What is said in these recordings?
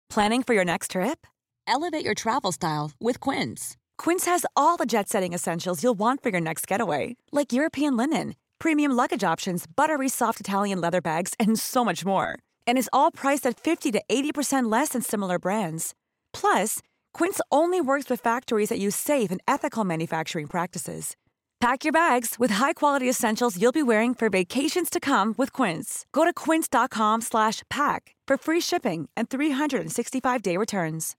Planning for your next trip? Elevate your travel style with Quince. Quince has all the jet-setting essentials you'll want for your next getaway, like European linen, premium luggage options, buttery soft Italian leather bags, and so much more. And is all priced at 50 to 80% less than similar brands. Plus, Quince only works with factories that use safe and ethical manufacturing practices. Pack your bags with high-quality essentials you'll be wearing for vacations to come with Quince. Go to quince.com/pack for free shipping and 365-day returns.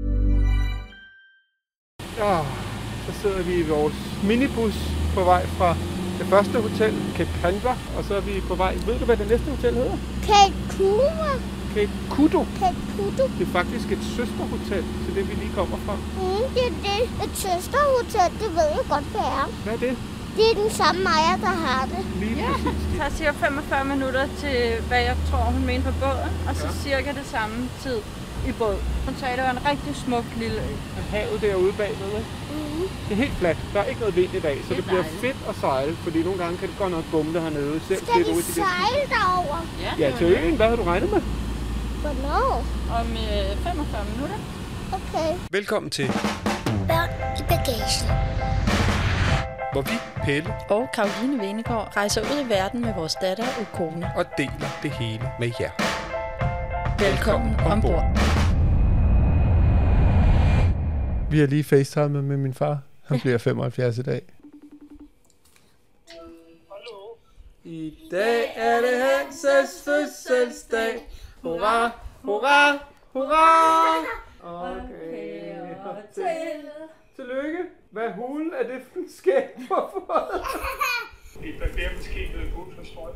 Så sidder vi i vores minibus på vej fra det første hotel, Cape Canaveral, og så er vi på vej. Ved du, hvad det næste hotel hedder? Cape Kudo. Cape Kudo. Cape Kudo. Det er faktisk et søsterhotel til det, vi lige kommer fra. Det er det. Et søsterhotel, det ved jeg godt, hvad er. Hvad er det? Det er den samme Maja, der har det. Lige præcis. Det tager cirka 45 minutter til, hvad jeg tror, hun mener på båden, og så cirka det samme tid i båd. Hun sagde, det var en rigtig smuk lille ø. Havet derude bagved, ikke? Det er helt fladt. Der er ikke noget vind i dag, så det bliver fedt at sejle, fordi nogle gange kan det godt nok bumle hernede. Skal vi sejle derover? Ja, til øen. Hvad har du regnet med? Hvornår? Om 45 minutter. Okay. Velkommen til Børn i bagagen. hvor vi, Pelle Og Caroline Venegård rejser ud i verden med vores datter og kone. og deler det hele med jer. Velkommen ombord. Vi har lige facetimet med min far. Han bliver 75 i dag. Hallo? I dag er det Hanses fødselsdag. Hurra, hurra, hurra! Okay, tillykke. Hvad hulen er det for en skæg for fået? Det er barberskægget god for strøg.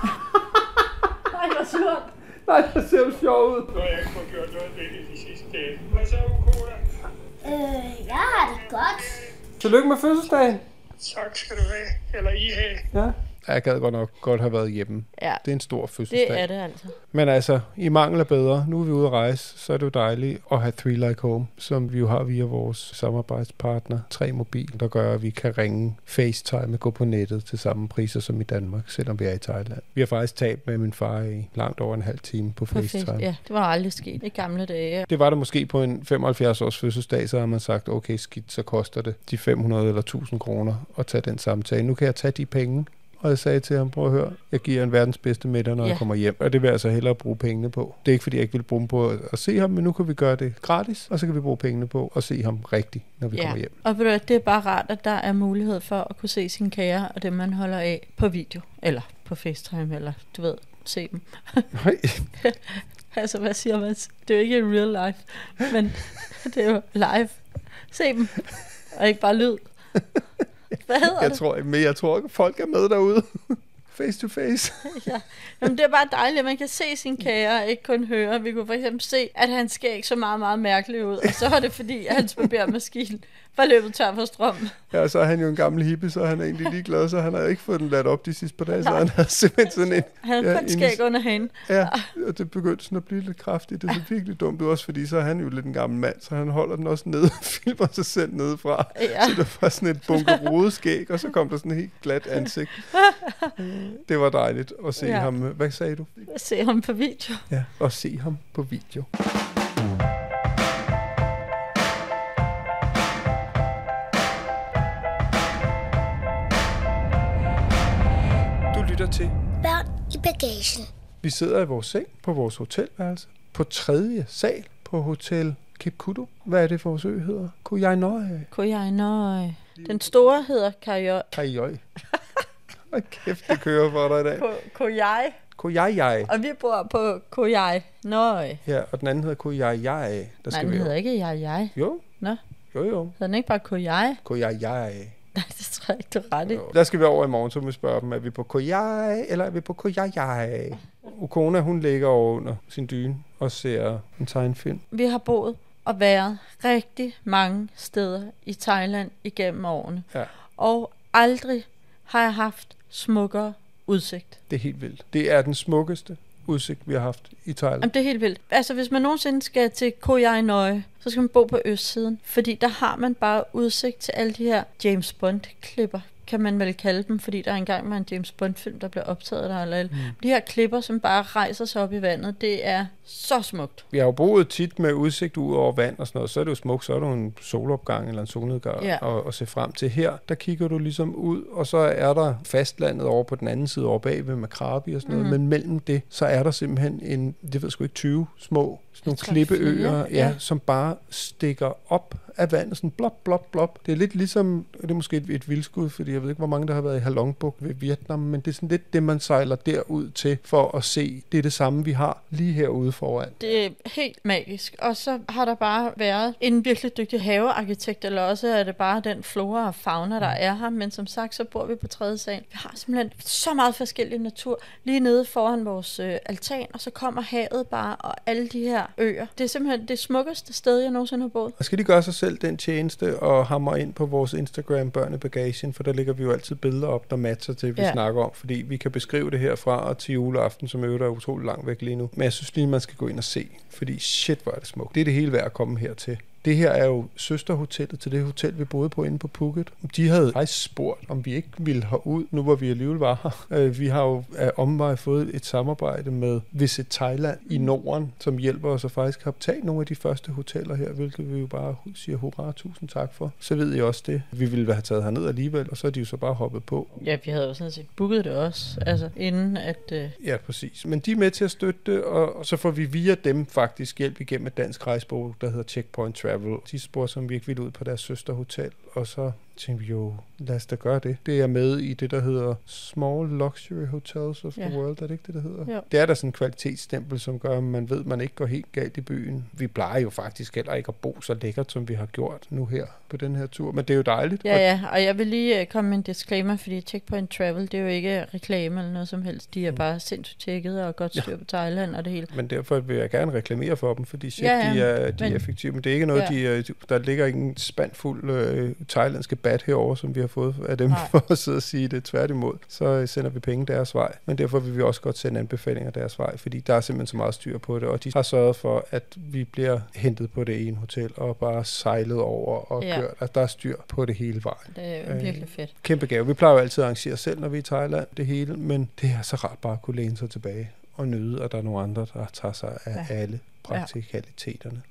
Nej, hvor surt. Nej, det ser jo sjov ud. Nu har jeg ikke fået gjort noget ved det de sidste dage. Hvad så, Ukola? Jeg har det godt. Tillykke med fødselsdagen. Tak skal du have. Eller I have. Ja. Jeg gad godt have været hjemme. Ja, Det er en stor fødselsdag. det er det altså. Men altså, i mangel af bedre, nu er vi ude at rejse, så er det jo dejligt at have 3 Like Home, som vi jo har via vores samarbejdspartner 3 Mobil, der gør, at vi kan ringe FaceTime og gå på nettet til samme priser som i Danmark, selvom vi er i Thailand. Vi har faktisk talt med min far i langt over en halv time på FaceTime. Ja, det var aldrig sket i gamle dage. Det var det måske på en 75-års fødselsdag, så har man sagt, okay skidt, så koster det de 500 eller 1000 kroner at tage den samtale. Nu kan jeg tage de penge. Og jeg sagde til ham, prøv at høre, jeg giver en verdens bedste middag, når jeg kommer hjem. Og det vil jeg altså hellere bruge pengene på. Det er ikke, fordi jeg ikke vil bruge dem på at se ham, men nu kan vi gøre det gratis, og så kan vi bruge pengene på at se ham rigtigt, når vi kommer hjem. Og det er bare rart, at der er mulighed for at kunne se sine kære, og det man holder af på video, eller på FaceTime, eller du ved, se dem. Nej. Altså, hvad siger man? Det er jo ikke i real life, men det er jo live. Se dem, og ikke bare lyd. Hvad hedder det? Jeg tror, folk er med derude. Face to face. Ja. Jamen, det er bare dejligt, at man kan se sin kære, og ikke kun høre. Vi kunne for eksempel se, at hans skæg så meget, meget mærkeligt ud. Og så var det fordi, at hans barbermaskine var løbet tør for strøm. Ja, så er han jo en gammel hippie, så han er egentlig ligeglad, så han har ikke fået den ladt op de sidste par dage, så han har simpelthen sådan en... Han har kun skæg under hagen. Ja, og det begyndte sådan at blive lidt kraftigt. Det er så virkelig dumt også, fordi så er han jo lidt en gammel mand, så han holder den også nede og filmer sig selv nedefra. Ja. Så det var sådan et bunke rodeskæg, og så kom der sådan et helt glat ansigt. Det var dejligt at se ham. Hvad sagde du? At se ham på video. Ja, at se ham på video. Du lytter til Børn i bagagen. Vi sidder i vores seng på vores hotelværelse på 3. sal på Hotel Cape Kudo. Hvad er det for vores ø hedder? Koh Yai Noi. Den store hedder Kajøj. Hold kæft, det kører for dig i dag. Koh Yai. Og vi bor på Koh Yai Noi. Ja, og den anden hedder Koh Yai. Nej, den hedder ikke Yai. Jo. Nå. Jo. Hedder den ikke bare Koh Yai? Koh Yai. Nej, det tror jeg ikke, du er ret i. Der skal vi over i morgen, så må vi spørge dem, er vi på Koh Yai, eller er vi på Koh Yai? Ukona, hun ligger over under sin dyne og ser en tegnefilm. Vi har boet og været rigtig mange steder i Thailand igennem årene. Ja. Og aldrig har jeg haft smukkere udsigt. Det er helt vildt. Det er den smukkeste udsigt, vi har haft i Thailand. Jamen, det er helt vildt. Altså, hvis man nogensinde skal til Koh Yai Noi, så skal man bo på østsiden. Fordi der har man bare udsigt til alle de her James Bond-klipper. kan man vel kalde dem, fordi der engang var en James Bond-film, der blev optaget der. Eller de her klipper, som bare rejser sig op i vandet, det er så smukt. Vi har jo boet tit med udsigt ud over vand og sådan noget, så er det jo smukt, så er det en solopgang eller en solnedgang at se frem til. Her, der kigger du ligesom ud, og så er der fastlandet over på den anden side over bagved med Krabi og sådan noget, men mellem det, så er der simpelthen det ved sgu ikke, 20 små sådan nogle klippeøer, som bare stikker op af vandet, sådan blop, blop, blop. Det er lidt ligesom, det er måske et vildskud, fordi jeg ved ikke, hvor mange der har været i Halongbuk ved Vietnam, men det er sådan lidt det, man sejler derud til for at se. Det er det samme, vi har lige herude foran. Det er helt magisk. Og så har der bare været en virkelig dygtig havearkitekt, eller også er det bare den flora og fauna, der er her. Men som sagt, så bor vi på 3. sal. Vi har simpelthen så meget forskellig natur lige nede foran vores altan, og så kommer havet bare, og alle de her øer. Det er simpelthen det smukkeste sted, jeg nogensinde har boet. Skal de gøre sig selv den tjeneste og hamre ind på vores Instagram Børnebagagen, for der ligger vi jo altid billeder op, der matcher til, vi snakker om, fordi vi kan beskrive det herfra og til juleaften, som øvrigt er utrolig langt væk lige nu. Men jeg synes lige, man skal gå ind og se, fordi shit, hvor er det smukt. Det er det hele værd at komme hertil. Det her er jo søsterhotellet til det hotel, vi boede på inde på Phuket. De havde faktisk spurgt, om vi ikke ville herud, nu hvor vi alligevel var her. Vi har jo af omvej fået et samarbejde med Visit Thailand i Norden, som hjælper os at faktisk optage nogle af de første hoteller her, hvilket vi jo bare siger hurra, tusind tak for. Så ved I også det. Vi ville have taget herned alligevel, og så er de jo så bare hoppet på. Ja, vi havde jo sådan set booket det også, altså inden at... Ja, præcis. Men de er med til at støtte det, og så får vi via dem faktisk hjælp igennem et dansk rejsbureau, der hedder Checkpoint Travel. De spurgte, som vi ikke ville ud på deres søsterhotel, og så tænkte vi jo, lad os da gøre det. Det er med i det, der hedder Small Luxury Hotels of the World, er det ikke det, der hedder? Jo. Det er der sådan en kvalitetsstempel, som gør, at man ved, at man ikke går helt galt i byen. Vi plejer jo faktisk heller ikke at bo så lækkert, som vi har gjort nu her på den her tur, men det er jo dejligt. Ja, og jeg vil lige komme med en disclaimer, fordi Checkpoint Travel, det er jo ikke reklame eller noget som helst. De er bare sindssygt tjekket og godt styr på Thailand og det hele. Men derfor vil jeg gerne reklamere for dem, fordi de er effektive, men det er ikke noget, der ligger ikke en spandfuld thailandske herover, som vi har fået af dem for at sidde og sige det tværtimod, så sender vi penge deres vej. Men derfor vil vi også godt sende anbefalinger deres vej, fordi der er simpelthen så meget styr på det, og de har sørget for, at vi bliver hentet på det ene hotel og bare sejlet over og kørt. Altså, der er styr på det hele vejen. Det er virkelig fedt. Kæmpe gave. Vi plejer jo altid at arrangere selv, når vi er i Thailand, det hele, men det er så rart bare at kunne læne sig tilbage og nyde, at der er nogle andre, der tager sig af alle praktikaliteterne.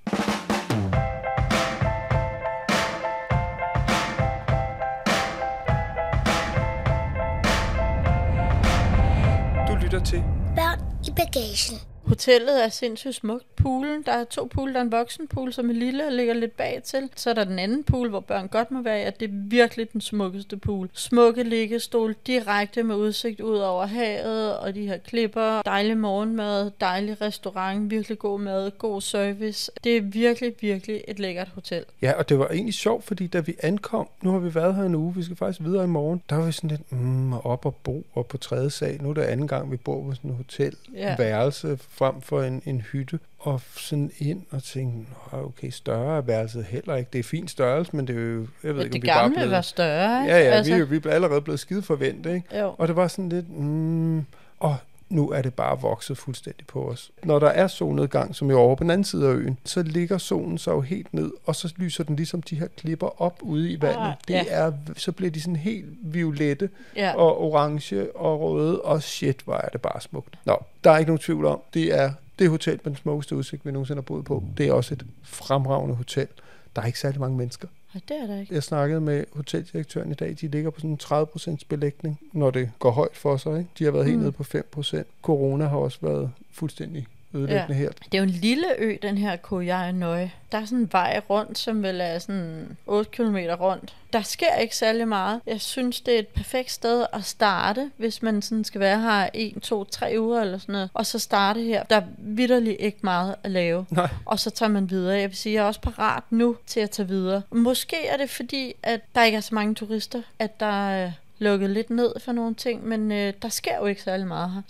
Til Børn i bagagen. Hotellet er sindssygt smukt. Poolen, der er 2 pool. Der er en voksenpool, som er lille og ligger lidt bag til. Så er der den anden pool, hvor børn godt må være i, at det er virkelig den smukkeste pool. Smukke liggestol, direkte med udsigt ud over havet, og de her klipper, dejlig morgenmad, dejlig restaurant, virkelig god mad, god service. Det er virkelig, virkelig et lækkert hotel. Ja, og det var egentlig sjovt, fordi da vi ankom, nu har vi været her en uge, vi skal faktisk videre i morgen, der var vi sådan lidt op og bo og på 3. sal. Nu er det anden gang, vi bor på sådan et hotelværelse frem for en hytte, og sådan ind og tænkte, okay, større er værelset heller ikke. Det er fin størrelse, men det er jo, jeg ved ikke, om vi bare gamle var større, ikke? Ja, altså. vi er allerede blevet skide forventet, ikke? Jo. Og det var sådan lidt, og nu er det bare vokset fuldstændig på os. Når der er solnedgang, som er over på den anden side af øen, så ligger solen så jo helt ned, og så lyser den ligesom de her klipper op ude i vandet. Så bliver de sådan helt violette og orange og røde, og shit, hvor er det bare smukt. Nå, der er ikke nogen tvivl om, det er det hotel med den smukkeste udsigt, vi nogensinde har boet på. Det er også et fremragende hotel. Der er ikke særlig mange mennesker. Nej, det er der ikke. Jeg snakkede med hoteldirektøren i dag. De ligger på sådan en 30% belægning, når det går højt for sig. Ikke? De har været helt nede på 5%. Corona har også været fuldstændig ødelæggende her. Det er jo en lille ø, den her Koh Yai Noi. Der er sådan en vej rundt, som vel er sådan 8 kilometer rundt. Der sker ikke særlig meget. Jeg synes, det er et perfekt sted at starte, hvis man sådan skal være her 1, 2, 3 uger eller sådan noget. Og så starte her. Der er vitterligt ikke meget at lave. Nej. Og så tager man videre. Jeg vil sige, jeg er også parat nu til at tage videre. Måske er det fordi, at der ikke er så mange turister, at der er lukket lidt ned for nogle ting, men der sker jo ikke særlig meget her. Så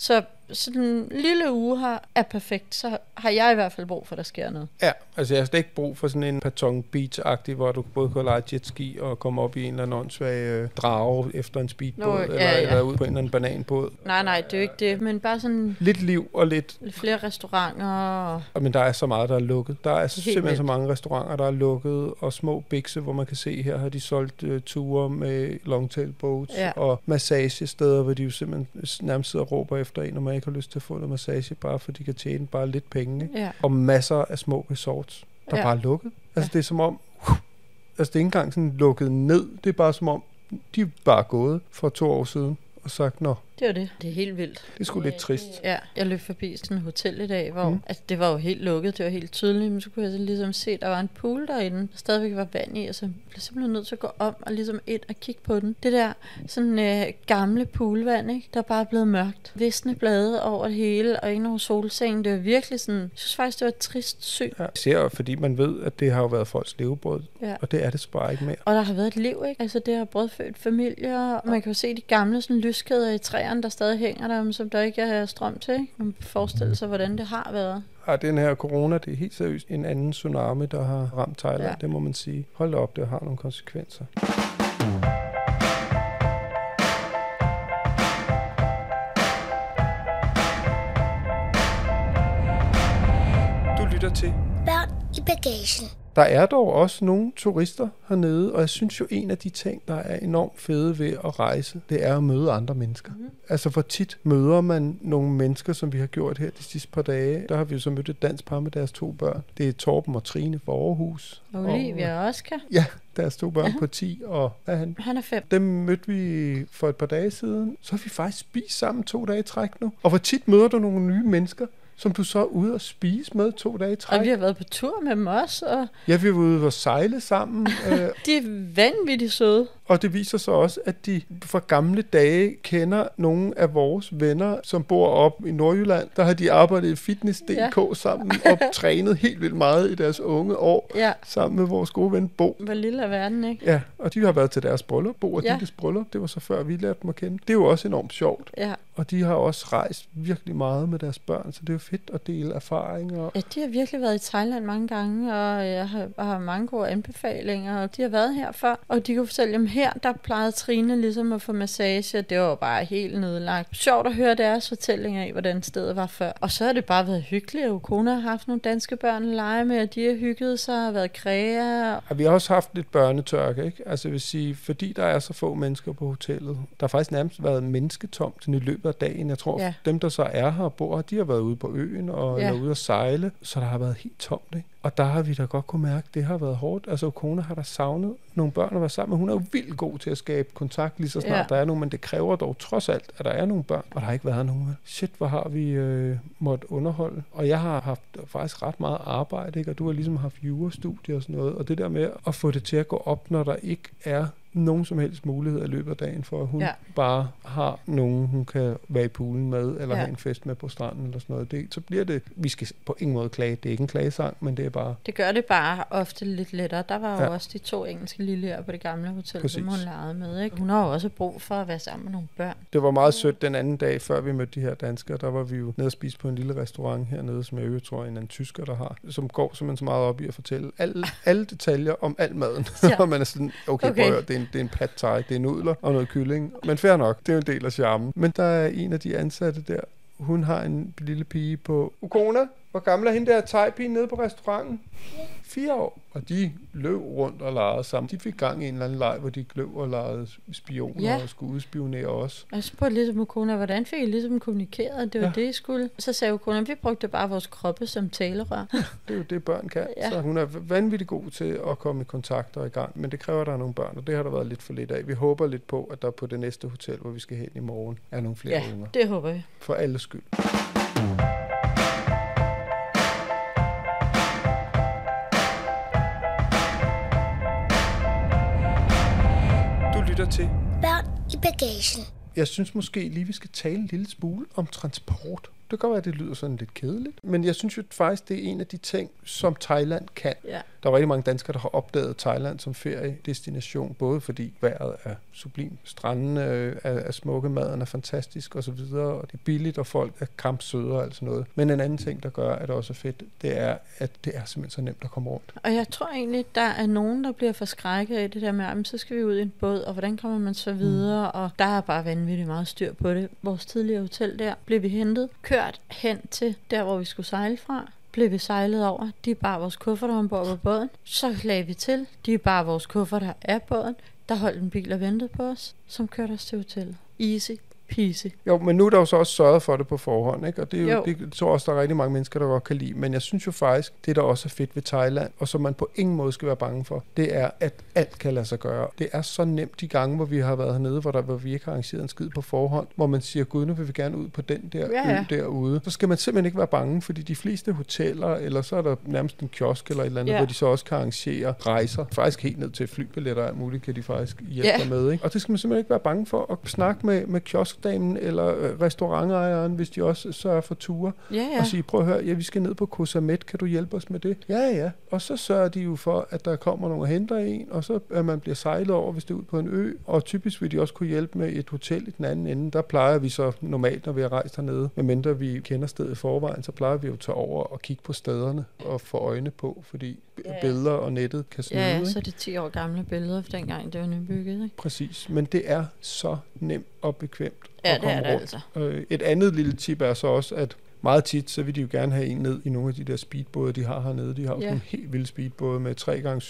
sådan en lille uge her er perfekt, så har jeg i hvert fald brug for, at der sker noget. Ja, altså jeg har slet ikke brug for sådan en Patong Beach-agtig, hvor du både kan lege jetski og komme op i en eller anden åndssvag drage efter en speedbåd, eller ud på en eller anden bananbåd. Nej, det er jo ikke det, men bare sådan... Lidt liv og lidt flere restauranter. Men der er så meget, der er lukket. Der er simpelthen vildt. så mange restauranter, der er lukket, og små bikse, hvor man kan se, her har de solgt ture med longtail boats, og massagesteder, hvor de jo simpelthen nærmest sidder og råber efter en, og man ikke har lyst til at få noget massage, bare for de kan tjene bare lidt penge. Ikke? Ja. Og masser af små resorts, der bare er lukket. Altså det er som om, altså det er ikke engang sådan lukket ned, det er bare som om, de er bare gået for 2 år siden og sagt, nå. Det var det. Det er helt vildt. Det er sgu lidt trist. Ja, jeg løb forbi sådan et hotel i dag, hvor altså, det var jo helt lukket, det var helt tydeligt, men så kunne jeg så ligesom se, at der var en pool derinde, der stadigvæk var vand i, og så blev jeg simpelthen nødt til at gå om og ligesom ind og kigge på den. Det der sådan gamle poolvand, ikke? Der er bare blevet mørkt. Visne blade over det hele, og ikke nogen solseng. Det var virkelig sådan, jeg synes faktisk, det var et trist syn. Ja, især fordi man ved, at det har jo været folks levebrød, og det er det bare ikke mere. Og der har været et liv, ikke? Altså det har brødfødt familier, og man kan jo se de gamle sådan lyskæder i træerne, der stadig hænger der, som der ikke er strøm til. Ikke? Man kan forestille sig, hvordan det har været. Ja, den her corona, det er helt seriøst en anden tsunami, der har ramt Thailand, det må man sige. Hold da op, det har nogle konsekvenser. Du lytter til Børn i bagagen. Der er dog også nogle turister hernede, og jeg synes jo, en af de ting, der er enormt fede ved at rejse, det er at møde andre mennesker. Altså hvor tit møder man nogle mennesker, som vi har gjort her de sidste par dage. Der har vi jo så mødt et dansk par med deres 2 børn. Det er Torben og Trine fra Aarhus. Olivia og Oscar. Ja, deres 2 børn på 10, og hvad er han? Han er 5. Dem mødte vi for et par dage siden. Så har vi faktisk spist sammen 2 dage i træk nu. Og hvor tit møder du nogle nye mennesker, som du så er ude og spise med 2 dage i træk. Og vi har været på tur med dem også. Og ja, vi var ude og sejle sammen. De er vanvittigt søde. Og det viser sig også, at de fra gamle dage kender nogle af vores venner, som bor op i Nordjylland. Der har de arbejdet i Fitness.dk sammen og trænet helt vildt meget i deres unge år, sammen med vores gode ven Bo. Hvor lille er verden, ikke? Ja, og de har været til deres bryllup. Bo og Dittes bryllup, det var så før vi lærte dem at kende. Det er jo også enormt sjovt. Ja. Og de har også rejst virkelig meget med deres børn, så det er jo fedt at dele erfaringer. Ja, de har virkelig været i Thailand mange gange, og jeg har mange gode anbefalinger, og de har været her før, og de kunne fortælle dem her, der plejede Trine ligesom at få massage, og det var bare helt nedlagt. Sjovt at høre deres fortællinger af, hvordan stedet var før. Og så har det bare været hyggeligt, at Ukona har haft nogle danske børn at lege med, og de har hygget sig og været kræa. Og vi har også haft lidt børnetørke, ikke? Altså jeg vil sige, fordi der er så få mennesker på hotellet, der har faktisk nærmest været mennesketomt i løbet af dagen. Jeg tror, dem der så er her og bor her, de har været ude på øen og er ude at sejle, så der har været helt tomt, ikke? Og der har vi da godt kunne mærke, at det har været hårdt. Altså, Ukona har da savnet nogle børn at være sammen med. Hun er jo vildt god til at skabe kontakt lige så snart der er nogen, men det kræver dog trods alt, at der er nogle børn, og der har ikke været nogen. Shit, hvor har vi måttet underholde. Og jeg har haft faktisk ret meget arbejde, ikke? Og du har ligesom haft jurastudier og sådan noget. Og det der med at få det til at gå op, når der ikke er nogen som helst mulighed i løbet af dagen, for at hun bare har nogen, hun kan være i poolen med, eller have en fest med på stranden, eller sådan noget. Så bliver det, vi skal på ingen måde klage, det er ikke en klagesang, men det er bare... Det gør det bare ofte lidt lettere. Der var jo også de 2 engelske lilleer på det gamle hotel, som hun legede med, ikke? Hun har jo også brug for at være sammen med nogle børn. Det var meget sødt den anden dag, før vi mødte de her danskere, der var vi jo nede og spise på en lille restaurant hernede, som jeg tror, en anden tysker, der har, som går simpelthen så meget op i at fortælle alle detaljer om al maden. Og man er sådan, okay. Det er en pad thai, det er nudler og noget kylling. Men fair nok, det er jo en del af charmen. Men der er en af de ansatte der, hun har en lille pige på... Ukona, hvor gammel er hende der thai-pigen nede på restauranten? 4 år. Og de løb rundt og legede sammen. De fik gang i en eller anden leg, hvor de løb og legede spioner og skulle udspionere os. Jeg spurgte ligesom Ukona, hvordan fik I ligesom kommunikeret, at det var det, I skulle? Så sagde Ukona, vi brugte bare vores kroppe som talerør. Det er jo det, børn kan. Så hun er vanvittigt god til at komme i kontakt og i gang. Men det kræver, at der er nogle børn, og det har der været lidt for lidt af. Vi håber lidt på, at der på det næste hotel, hvor vi skal hen i morgen, er nogle flere unger. Det håber vi. For alles skyld. Til Børn i bagagen. Jeg synes måske lige, vi skal tale en lille smule om transport. Det kan godt være, at det lyder sådan lidt kedeligt. Men jeg synes jo faktisk, det er en af de ting, som Thailand kan. Ja. Der er rigtig mange danskere, der har opdaget Thailand som feriedestination, både fordi vejret er sublim, strandene er smukke, maden er fantastisk osv., og det er billigt, og folk er kampsøde og alt sådan noget. Men en anden ting, der gør, at det også er fedt, det er, at det er simpelthen så nemt at komme rundt. Og jeg tror egentlig, der er nogen, der bliver forskrækket af det der med, så skal vi ud i en båd, og hvordan kommer man så videre? Og der er bare vanvittigt meget styr på det. Vores tidligere hotel der blev vi hentet, kørt hen til der, hvor vi skulle sejle fra. Blev vi sejlet over. De er bare vores kufferter ombord på båden. Så lagde vi til. De er bare vores kufferter af båden. Der holdt en bil og ventede på os, som kørte os til hotellet. Easy peasy. Jo, men nu er der jo så også sørget for det på forhånd, ikke? Og det er jo, det tror også, der er rigtig mange mennesker, der godt kan lide. Men jeg synes jo faktisk, det der også er fedt ved Thailand, og som man på ingen måde skal være bange for, det er, at alt kan lade sig gøre. Det er så nemt de gange, hvor vi har været hernede, hvor vi ikke har arrangeret en skid på forhånd, hvor man siger, gud, nu vil vi gerne ud på den der ø derude. Så skal man simpelthen ikke være bange, fordi de fleste hoteller, eller så er der nærmest en kiosk eller et eller andet, hvor de så også kan arrangere rejser. Faktisk helt ned til flybilletter og alt muligt, kan de faktisk hjælpe med, ikke? Og det skal man simpelthen ikke være bange for at snakke med kioskdamen eller restaurantejeren, hvis de også sørger for ture, og sige, prøv at høre, vi skal ned på Koh Samet, kan du hjælpe os med det? Ja. Og så sørger de jo for, at der kommer nogen og henter en, og så at man bliver sejlet over, hvis det er ud på en ø, og typisk vil de også kunne hjælpe med et hotel i den anden ende. Der plejer vi så normalt, når vi har rejst hernede, medmindre vi kender stedet i forvejen, så plejer vi jo at tage over og kigge på stederne og få øjne på, fordi billeder og nettet kan snyde. Ja, så er det 10 år gamle billeder, for dengang det var nybygget, ikke? Præcis, men det er så nemt og bekvemt at komme rundt. Altså. Et andet lille tip er så også, at meget tit, så vil de jo gerne have en ned i nogle af de der speedbåde, de har hernede. De har jo sådan en helt vild speedbåde med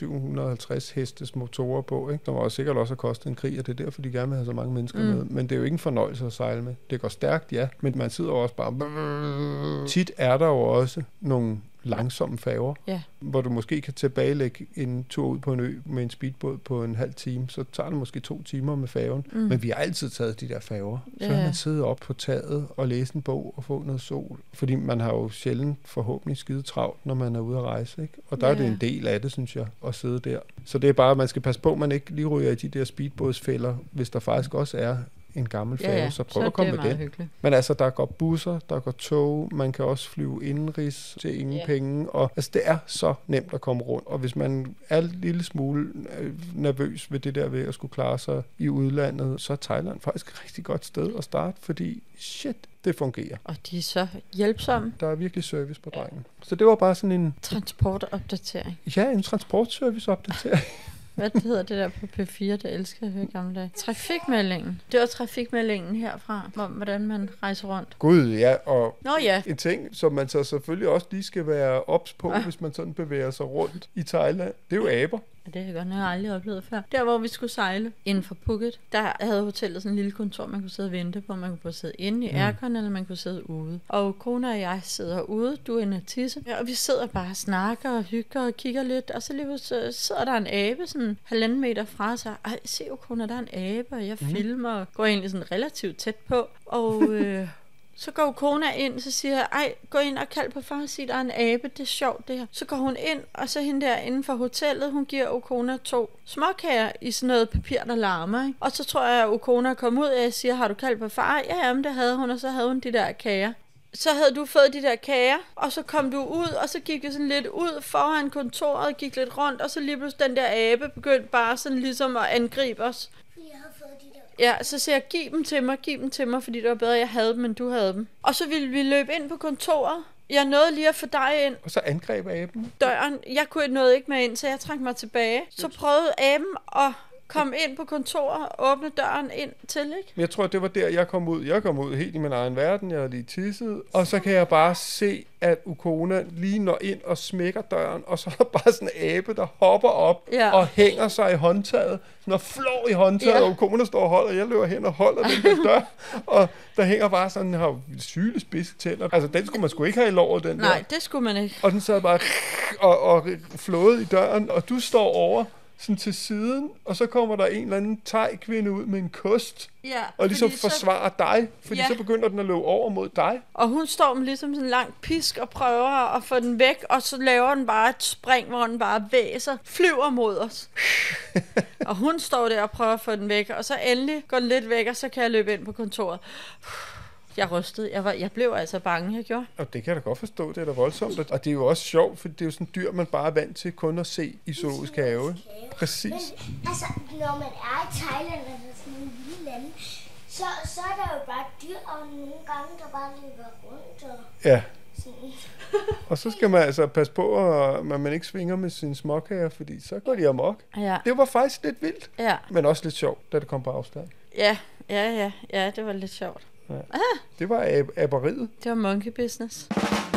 3x750 hestes motorer på, ikke? Som også sikkert også har kostet en krig, og det er derfor, de gerne vil have så mange mennesker med. Men det er jo ikke en fornøjelse at sejle med. Det går stærkt, men man sidder også bare... Tit er der jo også nogle langsomme færger, hvor du måske kan tilbagelægge en tur ud på en ø med en speedbåd på en halv time, så tager det måske 2 timer med færgen. Men vi har altid taget de der færger. Så har man siddet op på taget og læse en bog og få noget sol. Fordi man har jo sjældent forhåbentlig skide travlt, når man er ude at rejse, ikke? Og der er det en del af det, synes jeg, at sidde der. Så det er bare, at man skal passe på, at man ikke lige ryger i de der speedbådsfælder, hvis der faktisk også er en gammel færge, så prøv at komme med det. Hyggeligt. Men altså, der går busser, der går tog, man kan også flyve indenrigs til ingen penge, og altså, det er så nemt at komme rundt, og hvis man er en lille smule nervøs ved det der ved at skulle klare sig i udlandet, så er Thailand faktisk et rigtig godt sted at starte, fordi det fungerer. Og de er så hjælpsomme. Der er virkelig service på drengen. Så det var bare sådan en... Transportopdatering. Ja, en transportserviceopdatering. Hvad hedder det der på P4, det elsker jeg at høre gamle dage? Trafikmeldingen. Det var trafikmeldingen herfra, om hvordan man rejser rundt. Gud, ja, og en ting, som man så selvfølgelig også lige skal være ops på, hvis man sådan bevæger sig rundt i Thailand, det er jo aber. Det har jeg godt nok aldrig oplevet før. Der, hvor vi skulle sejle inden for Phuket, der havde hotellet sådan en lille kontor, man kunne sidde og vente på. Man kunne både sidde inde i aircon, eller man kunne sidde ude. Og kone og jeg sidder ude, du er inde og tisse. Ja, og vi sidder bare og snakker og hygger og kigger lidt. Og så lige så sidder der en abe sådan 1,5 meter fra sig. Ej, se jo kone, der er en abe, og jeg filmer og går egentlig sådan relativt tæt på. Og... Så går kona ind, så siger jeg, ej, gå ind og kald på far og sig, der er en abe, det er sjovt det her. Så går hun ind, og så hende der inden for hotellet, hun giver Okona 2 småkager i sådan noget papir, der larmer, ikke? Og så tror jeg, at Okona kom ud, og jeg siger, har du kaldt på far? Ja, jamen det havde hun, og så havde hun de der kager. Så havde du fået de der kager, og så kom du ud, og så gik vi sådan lidt ud foran kontoret, gik lidt rundt, og så lige pludselig den der abe begyndte bare sådan ligesom at angribe os. Ja, så siger jeg, giv dem til mig, fordi det var bedre, jeg havde dem, end du havde dem. Og så ville vi løbe ind på kontoret. Jeg nåede lige at få dig ind. Og så angreb aben døren. Jeg nåede ikke med ind, så jeg trak mig tilbage. Så prøvede aben at komme ind på kontoret og åbne døren ind til, ikke? Jeg tror, det var der, jeg kom ud. Jeg kom ud helt i min egen verden. Jeg havde lige tisset. Og så kan jeg bare se, at Okona lige når ind og smækker døren, og så er der bare sådan en abe, der hopper op og hænger sig i håndtaget. Sådan og flår i håndtaget, og Okona står og holder. Jeg løber hen og holder den der dør. Og der hænger bare sådan, den har syle spidse tænder. Altså, den skulle man sgu ikke have i låret, den der. Nej, det skulle man ikke. Og den sad bare og flåede i døren, og du står over sådan til siden, og så kommer der en eller anden thai-kvinde ud med en kost, og ligesom forsvarer dig, fordi så begynder den at løbe over mod dig. Og hun står med ligesom sådan en lang pisk og prøver at få den væk, og så laver den bare et spring, hvor den bare væser, flyver mod os. Og hun står der og prøver at få den væk, og så endelig går den lidt væk, og så kan jeg løbe ind på kontoret. Jeg rystede. Jeg blev altså bange, jeg gjorde. Og det kan jeg da godt forstå, det er da voldsomt. Og det er jo også sjovt, for det er jo sådan et dyr, man bare er vant til kun at se i zoologisk have. Præcis. Men altså, når man er i Thailand eller sådan en lille land, så er der jo bare dyr, og nogle gange, der bare løber rundt og Ja. sådan. Og så skal man altså passe på, at man ikke svinger med sine småkager, fordi så går de amok. Ja. Det var faktisk lidt vildt, Ja. men også lidt sjovt, da det kom på afstand. Ja, det var lidt sjovt. Ja. Det var aberiet. Det var monkey business.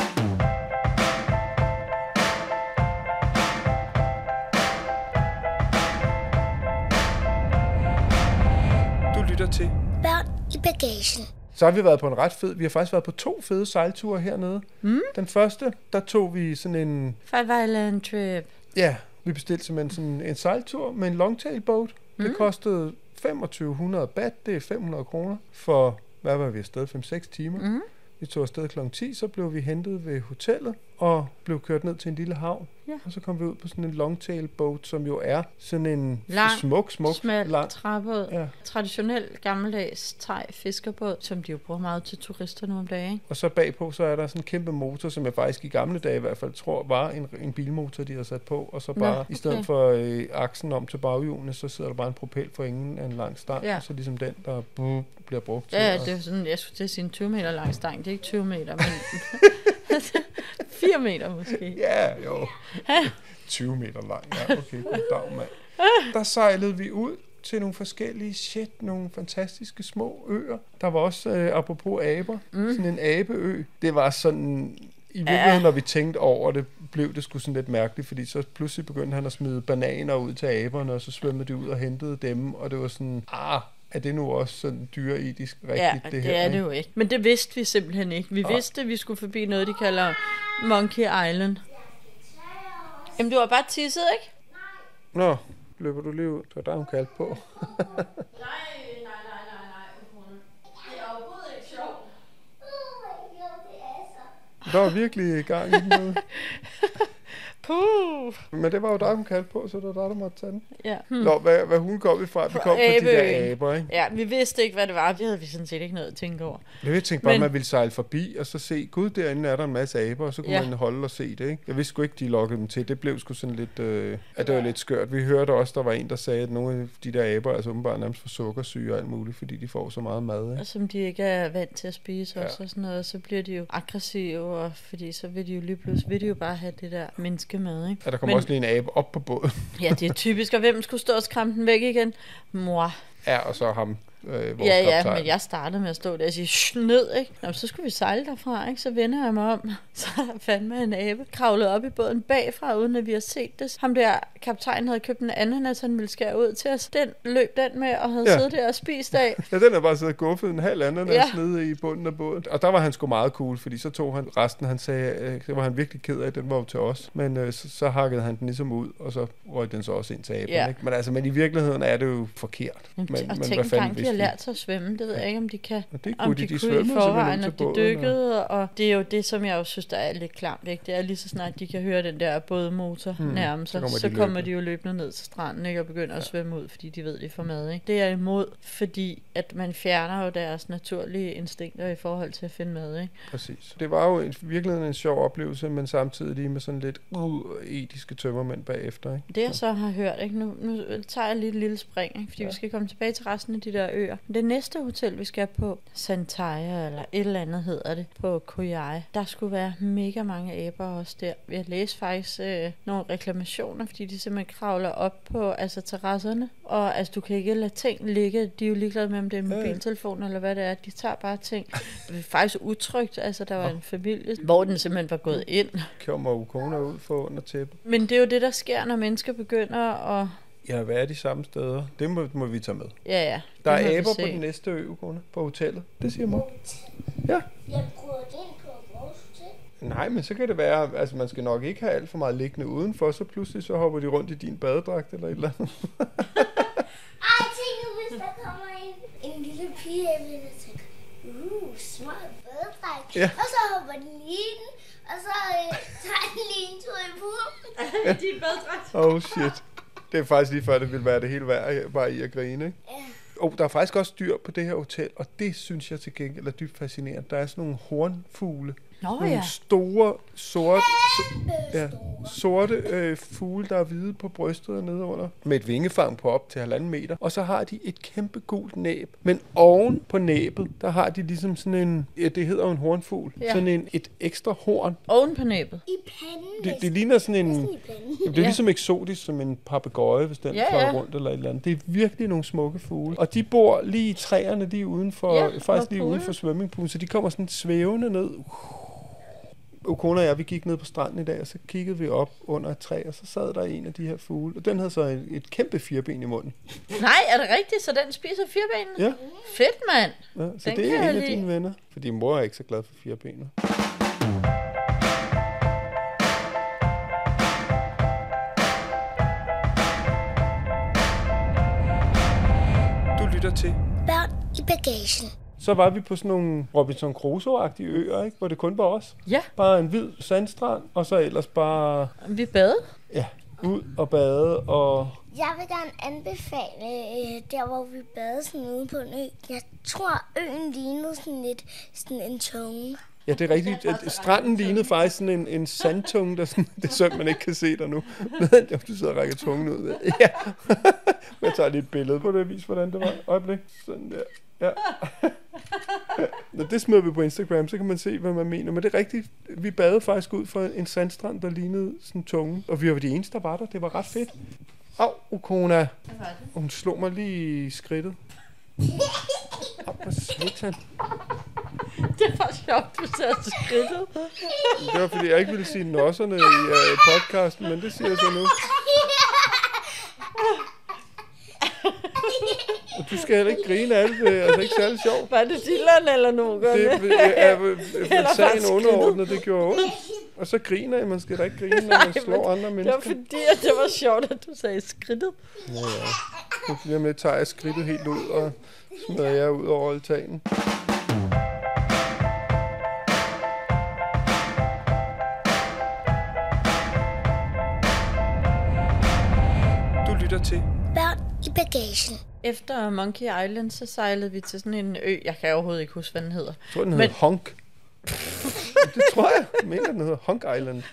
Du lytter til. Børn i bagagen. Så har vi været på en ret fed. Vi har faktisk været på 2 fede sejlture hernede. Den første, der tog vi sådan en... Five Island trip. Ja, vi bestilte simpelthen sådan en sejltur med en longtail boat. Det kostede 2500 baht, det er 500 kroner for, hvad var vi afsted, 5-6 timer. Vi tog afsted kl. 10, så blev vi hentet ved hotellet og blev kørt ned til en lille havn. Ja. Og så kom vi ud på sådan en longtail boat, som jo er sådan en Lang, smuk, smal lang. træbåd. Ja. Traditionel gammeldags thai fiskerbåd, som de jo bruger meget til turister nu om dagen. Og så bagpå, så er der sådan en kæmpe motor, som jeg faktisk i gamle dage i hvert fald tror var en bilmotor, de har sat på. Og så bare, i stedet for aksen om til baghjulene, så sidder der bare en propel for enden af en lang stang. Ja. Og så ligesom den, der bliver brugt til. Ja, det er sådan, jeg skulle til at sige en 20 meter lang stang. Det er ikke 20 meter, men 4 meter måske. Ja, jo. 20 meter lang, ja. Okay, goddag, mand. Der sejlede vi ud til nogle forskellige nogle fantastiske små øer. Der var også, apropos aber, sådan en abeø. Det var sådan... I virkeligheden, når vi tænkte over det, blev det sgu sådan lidt mærkeligt, fordi så pludselig begyndte han at smide bananer ud til aberne, og så svømmede de ud og hentede dem, og det var sådan, er det nu også sådan dyreetisk rigtigt, det her? Ja, det er det jo ikke. Men det vidste vi simpelthen ikke. Vi vidste, at vi skulle forbi noget, de kalder Monkey Island. Jamen, du har bare tisset, ikke? Nå, løber du lige ud? Det var der, hun kaldte på. Nej. Det er overhovedet ikke sjovt. Der var virkelig gang i den måde. Puh. Men det var jo der, hun kaldte på, så det var der måtte tage den. Ja. Nå, hvad hun kom fra? Vi kom fra de der aber, ikke? Ja, vi vidste ikke, hvad det var. Det havde vi sådan set ikke noget at tænke over. Jeg tænkte bare, at man ville sejle forbi, og så se, gud, derinde er der en masse aber, og så kunne man holde og se det, ikke? Jeg vidste sgu ikke, de lokkede dem til. Det blev sgu sådan lidt, at det var lidt skørt. Vi hørte også, der var en, der sagde, at nogle af de der aber, altså åbenbart nærmest for sukkersyge og alt muligt, fordi de får så meget mad, ikke? Og som de ikke er vant til at spise også og sådan noget, så bliver de jo aggressive, og fordi så vil de jo lige pludselig bare have det der menneskemad, ikke? Ja, der kommer også lige en abe op på båden. Ja, det er typisk, og hvem skulle stå og skræmme den væk igen? Mor. Ja, og så ham, vores kaptajn. Men jeg startede med at stå der og sige, ned, ikke? Nå, så skulle vi sejle derfra, ikke? Så vender jeg mig om, så er der fandme en abe kravlet op i båden bagfra, uden at vi har set det. Ham der kaptajn havde købt en ananas, han ville skære ud til os. Den løb den med, og havde siddet der og spist af. Ja, den er bare siddet og guffet en halv ananas nede i bunden af båden. Og der var han sgu meget cool, fordi så tog han resten, han sagde, det var han virkelig ked af, den var jo til os. Men så hakkede han den ligesom ud, og så røg den så også ind til aben, ikke? Men i virkeligheden er det jo forkert. Men tænk engang, de har lært sig at svømme. Det ved jeg ikke, om de kan. Det om de kunne i forvejen, og de dykkede. Og det er jo det, som jeg jo synes, der er lidt klamt, ikke? Det er lige så snart, de kan høre den der bådmotor nærme sig, så kommer de jo løbende ned til stranden, ikke? Og begynder at svømme ud, fordi de ved, de får mad, ikke? Det er imod, fordi at man fjerner jo deres naturlige instinkter i forhold til at finde mad, ikke? Præcis. Det var jo virkelig en sjov oplevelse, men samtidig lige med sådan lidt etiske tømmermænd bagefter, ikke? Det jeg så har hørt, ikke? Nu tager jeg lige et lille spring, ikke? Fordi vi skal komme tilbage til resten af de der øer. Det næste hotel, vi skal på, Santaya eller et eller andet hedder det, på Koh Yai. Der skulle være mega mange aber også der. Jeg læste faktisk nogle reklamationer, fordi de simpelthen kravler op på terrasserne. Og du kan ikke lade ting ligge. De er jo ligeglade med, om det er en mobiltelefon eller hvad det er. De tager bare ting. Det er faktisk utrygt. Der var en familie, hvor den simpelthen var gået ind. Kommer ukona ud for under tæppet. Men det er jo det, der sker, når mennesker begynder at... Ja, hvad er de samme steder? Det må vi tage med. Ja. Der er aber på den næste ø, ukona, på hotellet. Det siger mor. Ja. Jeg bruger det på vores hotel. Nej, men så kan det være, man skal nok ikke have alt for meget liggende udenfor, så pludselig så hopper de rundt i din badedragt eller et eller andet. Tænk nu, hvis der kommer en lille pige med og tænker, smart badedragt. Ja. Og så hopper den lige i den, og så tager den lige en tur i poolen. Din badedragt. Oh shit. Det er faktisk lige før, det ville være det hele værd, bare i at grine, ikke? Ja. der er faktisk også dyr på det her hotel, og det synes jeg til gengæld er dybt fascinerende. Der er sådan nogle hornfugle. Nogle store, sorte fugle, der er hvide på brystet og nedenunder, med et vingefang på op til 1,5 meter. Og så har de et kæmpe gult næb. Men oven på næbet, der har de ligesom sådan en, det hedder jo en hornfugl, sådan et ekstra horn. Oven på næbet? I panden. Det ligner sådan en, det er ligesom eksotisk som en papegøje, hvis den flyver rundt eller et eller andet. Det er virkelig nogle smukke fugle. Og de bor lige i træerne, lige uden for, faktisk lige uden for swimmingpoolen, så de kommer sådan svævende ned. Ukona og jeg, vi gik ned på stranden i dag, og så kiggede vi op under et træ, og så sad der en af de her fugle, og den havde så et kæmpe firben i munden. Nej, er det rigtigt? Så den spiser firbenene? Ja. Fedt, mand. Ja, så den det er en af dine venner, fordi mor er ikke så glad for firbenet. Du lytter til Børn i bagagen. Så var vi på sådan nogle Robinson Crusoe-agtige øer, ikke? Hvor det kun var os. Ja. Bare en hvid sandstrand, og så ellers bare... Vi badede? Ja, ud og bade og... Jeg vil gerne anbefale der, hvor vi badede sådan ude på en ø. Jeg tror, øen lignede sådan lidt sådan en tunge. Ja, det er rigtigt. Stranden lignede faktisk sådan en sandtunge, der sådan, det er sådan, man ikke kan se dig nu. Du sidder og rækker tungen ud. Ja. Jeg tager lige et billede på det og viser, hvordan det var. Øjeblik. Sådan der. Ja. Når det smider vi på Instagram, så kan man se, hvad man mener. Men det er rigtigt. Vi badede faktisk ud for en sandstrand, der lignede sådan en tunge. Og vi var de eneste, der var der. Det var ret fedt. Au, Ukona. Hun slog mig lige i skridtet. Au, hvor satan. Det var sjovt, du sagde skridtet. Det var, fordi jeg ikke ville sige nosserne i podcasten, men det siger jeg så nu. Og du skal heller ikke grine af det, altså ikke særlig sjovt. Var det dilleren eller nogen? Det er sagen underordnet, det gjorde ondt. Og så griner jeg, man skal da ikke grine, når man slår andre mennesker. Det var fordi, at det var sjovt, at du sagde skridtet. Ja. Nu med tager jeg skridtet helt ud og smider jeg ud over altanen. Du lytter til Børn i bagagen. Efter Monkey Island, så sejlede vi til sådan en ø. Jeg kan overhovedet ikke huske, hvad den hedder. Jeg tror, den hedder Honk. Det tror jeg. Jeg mener, den hedder Honk Island.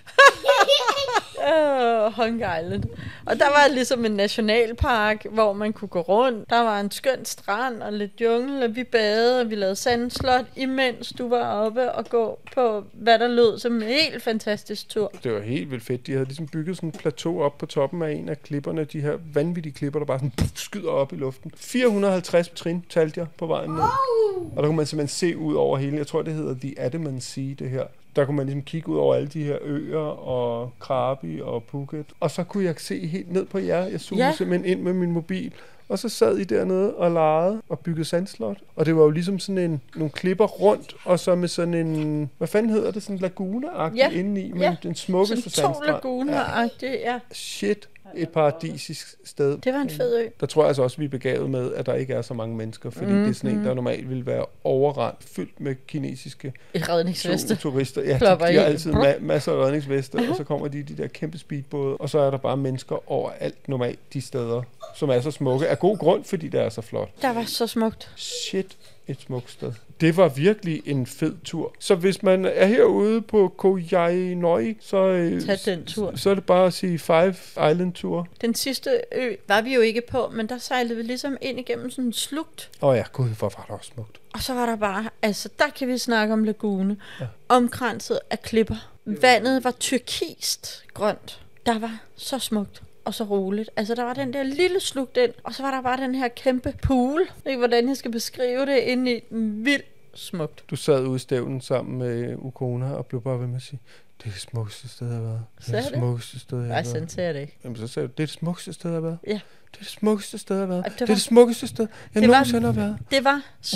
Honk Island. Og der var ligesom en nationalpark, hvor man kunne gå rundt. Der var en skøn strand og lidt jungle, og vi badede, og vi lavede sandslot, imens du var oppe og gå på, hvad der lød som en helt fantastisk tur. Det var helt vildt fedt. De havde ligesom bygget sådan et plateau op på toppen af en af klipperne. De her vanvittige klipper, der bare sådan skyder op i luften. 450 trin talte jeg på vejen ned. Og der kunne man simpelthen se ud over hele. Jeg tror, det hedder The Andaman Sea, det her. Der kunne man ligesom kigge ud over alle de her øer og Krabi og Phuket. Og så kunne jeg se helt ned på jer. Jeg zoomede simpelthen ind med min mobil. Og så sad I dernede og legede og byggede sandslot. Og det var jo ligesom sådan nogle klipper rundt, og så med sådan en, hvad fanden hedder det, sådan en lagune-agtig indeni, men den smukkeste sandstrand. Sådan 2 lagune-agtig, Shit. Et paradisisk sted. Det var en fed ø. Der tror jeg altså også, vi er begavet med, at der ikke er så mange mennesker, fordi det er sådan en, der normalt ville være overrendt, fyldt med kinesiske turister. Ja, de har altid masser af redningsveste, og så kommer de der kæmpe speedbåde, og så er der bare mennesker overalt normalt de steder, som er så smukke. Af god grund, fordi det er så flot. Der var så smukt. Shit, et smukt sted. Det var virkelig en fed tur. Så hvis man er herude på Koh Yai Noi, så tag den tur. Så er det bare at sige Five Island Tour. Den sidste ø var vi jo ikke på, men der sejlede vi ligesom ind igennem sådan en slugt. Ja, gud, hvor var det også smukt. Og så var der bare, altså der kan vi snakke om lagune. Omkranset af klipper. Vandet var turkist grønt. Der var så smukt. Og så roligt. Altså, der var den der lille slugt ind, og så var der bare den her kæmpe pool. Jeg ved ikke, hvordan jeg skal beskrive det, inde i vildt smukt. Du sad ude i stævnen sammen med Ukona og blev bare ved med at sige, det er det smukkeste sted, jeg har været. Det er det smukkeste sted, jeg har været. Nej, sådan sagde jeg det ikke. Jamen, så sagde du, det er det smukkeste sted, jeg har været. Ja. Det er det smukkeste sted, jeg har været. Det er det smukkeste sted, jeg nogensinde har været. Det var så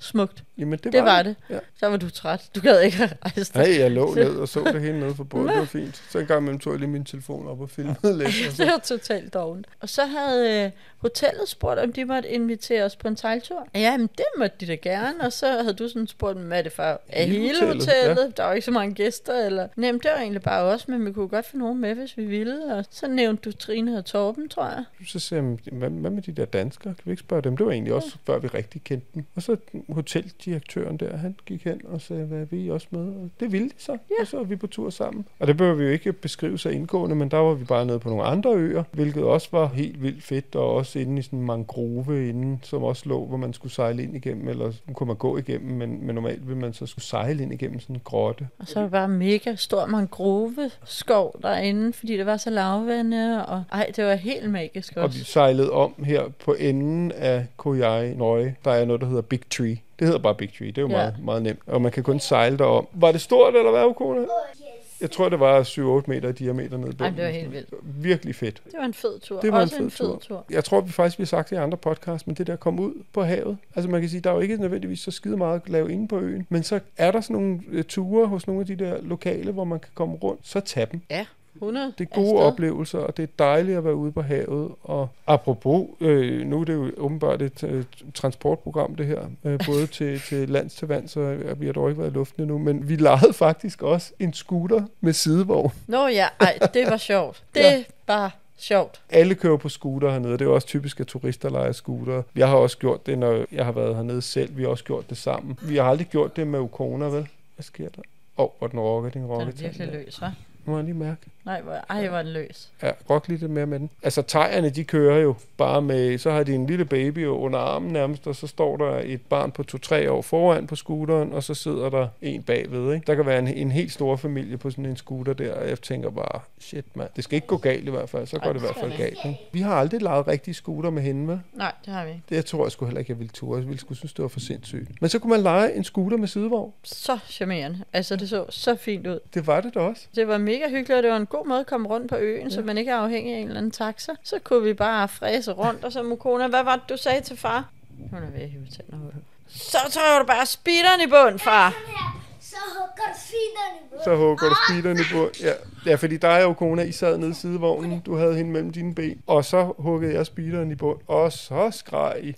smukt. Jamen, Det var det. Ja. Så var du træt. Du gad ikke have rejst. Nej, jeg lå ned og så det hele nede for bordet. Det var fint. Så en gang imellem tog jeg lige min telefon op og filmede lidt. Det var totalt dovent. Og så havde hotellet spurgt, om de måtte invitere os på en sejltur. Ja, men det måtte de da gerne. Og så havde du sådan spurgt, hvad er det for hele hotellet? Ja. Der var ikke så mange gæster. Eller... Nej, det var egentlig bare os, men vi kunne godt få nogen med, hvis vi ville. Og så nævnte du Trine og Torben, tror jeg. Så siger jeg, hvad med de der danskere? Kan vi ikke spørge dem? Det var egentlig også, før vi rigtig kendte dem. Og så hoteldirektøren der, han gik hen og sagde, hvad er vi også med? Og det ville de så. Ja. Og så var vi på tur sammen. Og det behøver vi jo ikke beskrive så indgående, men der var vi bare nede på nogle andre øer, hvilket også var helt vildt fedt, og også inde i sådan en mangrove inden, som også lå, hvor man skulle sejle ind igennem, eller kunne man gå igennem, men normalt ville man så skulle sejle ind igennem sådan en grotte. Og så var det bare mega stor mangrove-skov derinde, fordi det var så lavvande, og det var helt magisk også. Og vi sejlede om her på enden af Koh Yai Noi. Der er noget, der hedder Big Tree. Det hedder bare Big Tree. Det er jo meget, meget nemt. Og man kan kun sejle derom. Var det stort, eller hvad, Ukona? Jeg tror, det var 7-8 meter i diameter ned. Ej, det var helt vildt. Virkelig fedt. Det var en fed tur. Det var også en fed tur. Jeg tror, vi faktisk har sagt det i andre podcasts, men det der kom ud på havet. Altså man kan sige, der er jo ikke nødvendigvis så skide meget at lave inde på øen, men så er der sådan nogle ture hos nogle af de der lokale, hvor man kan komme rundt. Så tag dem. Ja. 100 det er gode oplevelser, og det er dejligt at være ude på havet. Og apropos, nu er det jo åbenbart et transportprogram, det her. Både til lands til vand, så vi har dog ikke været i luften endnu. Men vi lejede faktisk også en scooter med sidevogn. Nå ja, det var sjovt. Det var sjovt. Alle kører på scooter hernede. Det er jo også typisk, at turister leger scooter. Jeg har også gjort det, når jeg har været hernede selv. Vi har også gjort det sammen. Vi har aldrig gjort det med Ukona, vel? Hvad sker der? Hvor den rocker, din rocker. Den er virkelig løs, hva'? Må jeg lige mærke. Nej, hvor er den løs. Ja, rock lidt mere med den. Altså, thaierne, de kører jo bare med, så har de en lille baby under armen nærmest, og så står der et barn på 2-3 år foran på scooteren, og så sidder der en bagved, ikke? Der kan være en helt stor familie på sådan en scooter der, og jeg tænker bare, shit mand, det skal ikke gå galt i hvert fald, så går det i hvert fald galt, ikke? Vi har aldrig lejet rigtig scooter med hende, vel? Nej, det har vi ikke. Det jeg tror jeg sgu heller ikke, jeg ville ture. Jeg ville sgu synes, det var for sindssygt. Men så kunne man lege en scooter med sidevogn. Så charmerende. Altså, det så fint ud. Det var det da også. Det var mega hyggeligt, og det var en god måde at komme rundt på øen, så man ikke er afhængig af en eller anden taxa. Så kunne vi bare fræse rundt, og så Ukona, hvad var det, du sagde til far? Hun er ved at hive tænder. Så tager du bare speederen i bund, far. Så hugger du speederen i bund. Så hugger du speederen i bund, ja, fordi dig og Ukona, I sad nede i sidevognen, du havde hende mellem dine ben, og så huggede jeg speederen i bund, og så skreg I.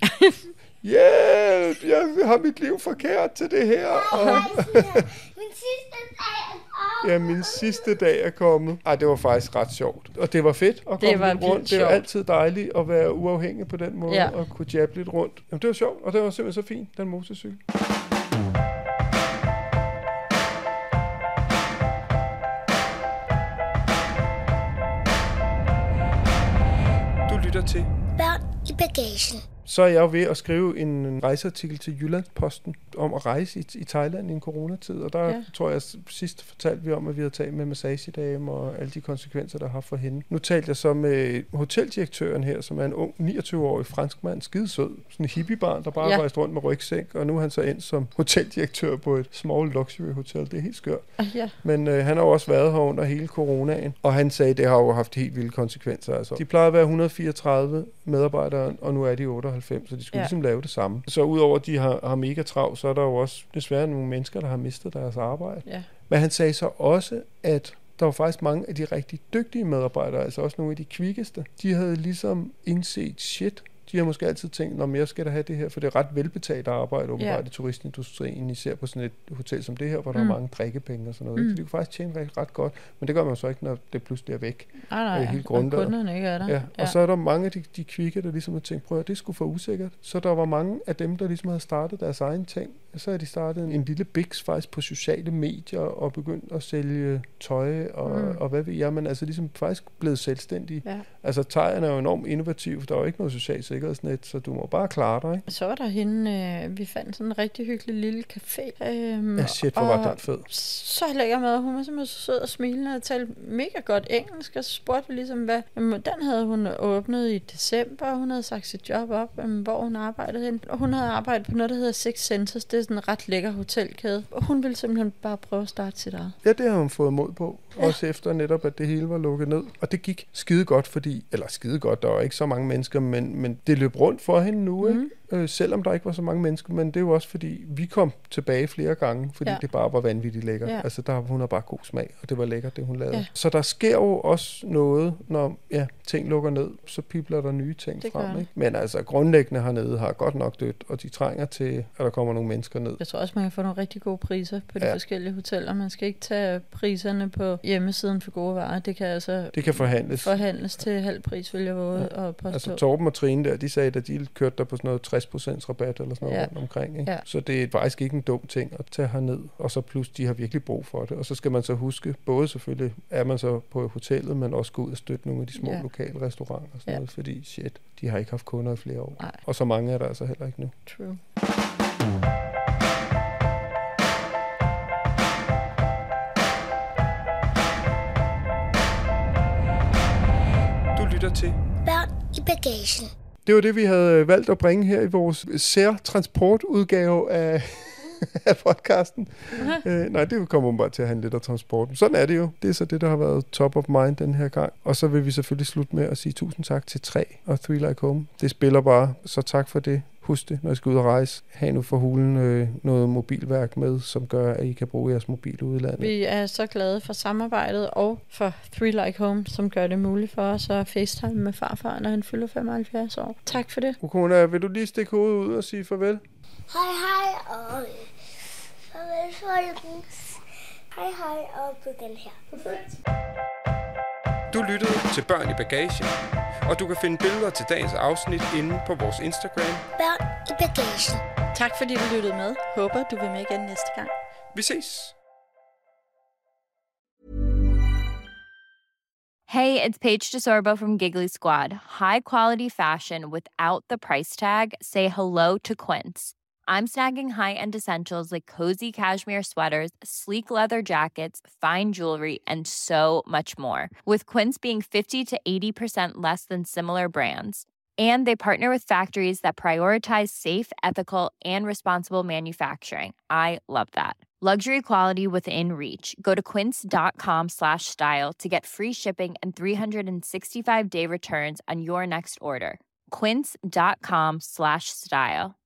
Hjælp! Jeg har mit liv forkert til det her. Min sidste dag er kommet. Ja, min sidste dag er kommet. Ej, det var faktisk ret sjovt. Og det var fedt at komme lidt rundt. Det er altid dejligt at være uafhængig på den måde, og kunne jabbe lidt rundt. Jamen, det var sjovt, og det var simpelthen så fint, den motorcykel. Du lytter til Børn i bagagen. Så er jeg jo ved at skrive en rejseartikel til Jyllandsposten om at rejse i Thailand i en coronatid, og der tror jeg sidst fortalte vi om, at vi havde talt med massagedame og alle de konsekvenser, der har for hende. Nu talte jeg så med hoteldirektøren her, som er en ung 29-årig fransk mand, skidesød, sådan en hippiebarn, der bare rejste rundt med rygsæk, og nu er han så endt som hoteldirektør på et small luxury hotel. Det er helt skørt. Men han har jo også været her under hele coronaen, og han sagde, at det har jo haft helt vilde konsekvenser. Altså. De plejede at være 134 medarbejdere, og nu er de 98, så de skulle ligesom lave det samme. Så udover at de har mega travlt, så er der jo også desværre nogle mennesker, der har mistet deres arbejde. Ja. Men han sagde så også, at der var faktisk mange af de rigtig dygtige medarbejdere, altså også nogle af de kvikkeste, de havde ligesom indset shit. De har måske altid tænkt, når jeg skal da have det her, for det er ret velbetalt arbejde åbenbart i turistindustrien, især på sådan et hotel som det her, hvor der er mange drikkepenge og sådan noget. Så de kunne faktisk tjene ret godt, men det gør man så ikke, når det pludselig er væk. Nej, helt og kunderne ikke er der. Ja. Og så er der mange af de kvikke, der ligesom har tænkt, prøv at det skulle for usikkert. Så der var mange af dem, der ligesom havde startet deres egen ting. Så har de startet en lille biks faktisk på sociale medier og begyndt at sælge tøj og hvad ved jeg, men altså ligesom faktisk blevet selvstændige. Ja. Altså thaierne er jo enormt innovative, for der er jo ikke noget socialt sikkerhedsnet, så du må bare klare dig. Ikke? Så var der hende, vi fandt sådan en rigtig hyggelig lille café. Ja shit, hvor var den fed. Så lækker mad, hun var simpelthen så sød og smilende og talte mega godt engelsk, og så spurgte vi ligesom, den havde hun åbnet i december, hun havde sagt sit job op, hvor hun arbejdede hen. Og hun havde arbejdet på noget, der hedder Six Centers. Det er sådan en ret lækker hotelkæde. Og hun ville simpelthen bare prøve at starte sit eget. Ja, det har hun fået mod på. Ja. Også efter netop, at det hele var lukket ned. Og det gik skide godt, der var ikke så mange mennesker, men det løb rundt for hende nu, ikke? Selvom der ikke var så mange mennesker, men det er jo også fordi, vi kom tilbage flere gange, fordi det bare var vanvittigt lækkert. Ja. Altså, hun har bare god smag, og det var lækkert, det hun lavede. Ja. Så der sker jo også noget, når ting lukker ned, så pibler der nye ting frem. Ikke? Men altså, grundlæggende hernede har godt nok dødt, og de trænger til, at der kommer nogle mennesker ned. Jeg tror også, man kan få nogle rigtig gode priser på de forskellige hoteller. Man skal ikke tage priserne på hjemmesiden for gode varer. Det kan forhandles til halv pris, vil jeg våge og påstå. Altså, Torben og Trine der, de sagde, at de kørte der på sådan noget 60% rabat eller sådan noget rundt omkring. Ikke? Ja. Så det er faktisk ikke en dum ting at tage herned. Og så plus, de har virkelig brug for det. Og så skal man så huske, både selvfølgelig er man så på hotellet, men også gå ud og støtte nogle af de små lokale restauranter og sådan noget, fordi de har ikke haft kunder i flere år. Nej. Og så mange er der altså heller ikke nu. True. Du lytter til Børn i bagagen. Det var det, vi havde valgt at bringe her i vores særtransportudgave af podcasten. Nej, det kommer bare til at handle lidt om transporten. Sådan er det jo. Det er så det, der har været top of mind den her gang. Og så vil vi selvfølgelig slutte med at sige tusind tak til 3 og 3 Like Home. Det spiller bare, så tak for det. Husk det, når I skal ud og rejse. Ha' nu for hulen noget mobilværk med, som gør, at I kan bruge jeres mobil ude i landet. Vi er så glade for samarbejdet og for 3 Like Home, som gør det muligt for os at FaceTime med farfar, når han fylder 75 år. Tak for det. Ukona, vil du lige stikke hovedet ud og sige farvel? Hej, og farvel folkens. Hej, og på den her. Du lyttede til Børn i bagagen, og du kan finde billeder til dagens afsnit inde på vores Instagram. Børn i bagagen. Tak fordi du lyttede med. Håber du vil med igen næste gang. Vi ses. Hey, it's Paige DeSorbo from Giggly Squad. High quality fashion without the price tag. Say hello to Quince. I'm snagging high-end essentials like cozy cashmere sweaters, sleek leather jackets, fine jewelry, and so much more. With Quince being 50 to 80% less than similar brands. And they partner with factories that prioritize safe, ethical, and responsible manufacturing. I love that. Luxury quality within reach. Go to quince.com/style to get free shipping and 365-day returns on your next order. Quince.com/style.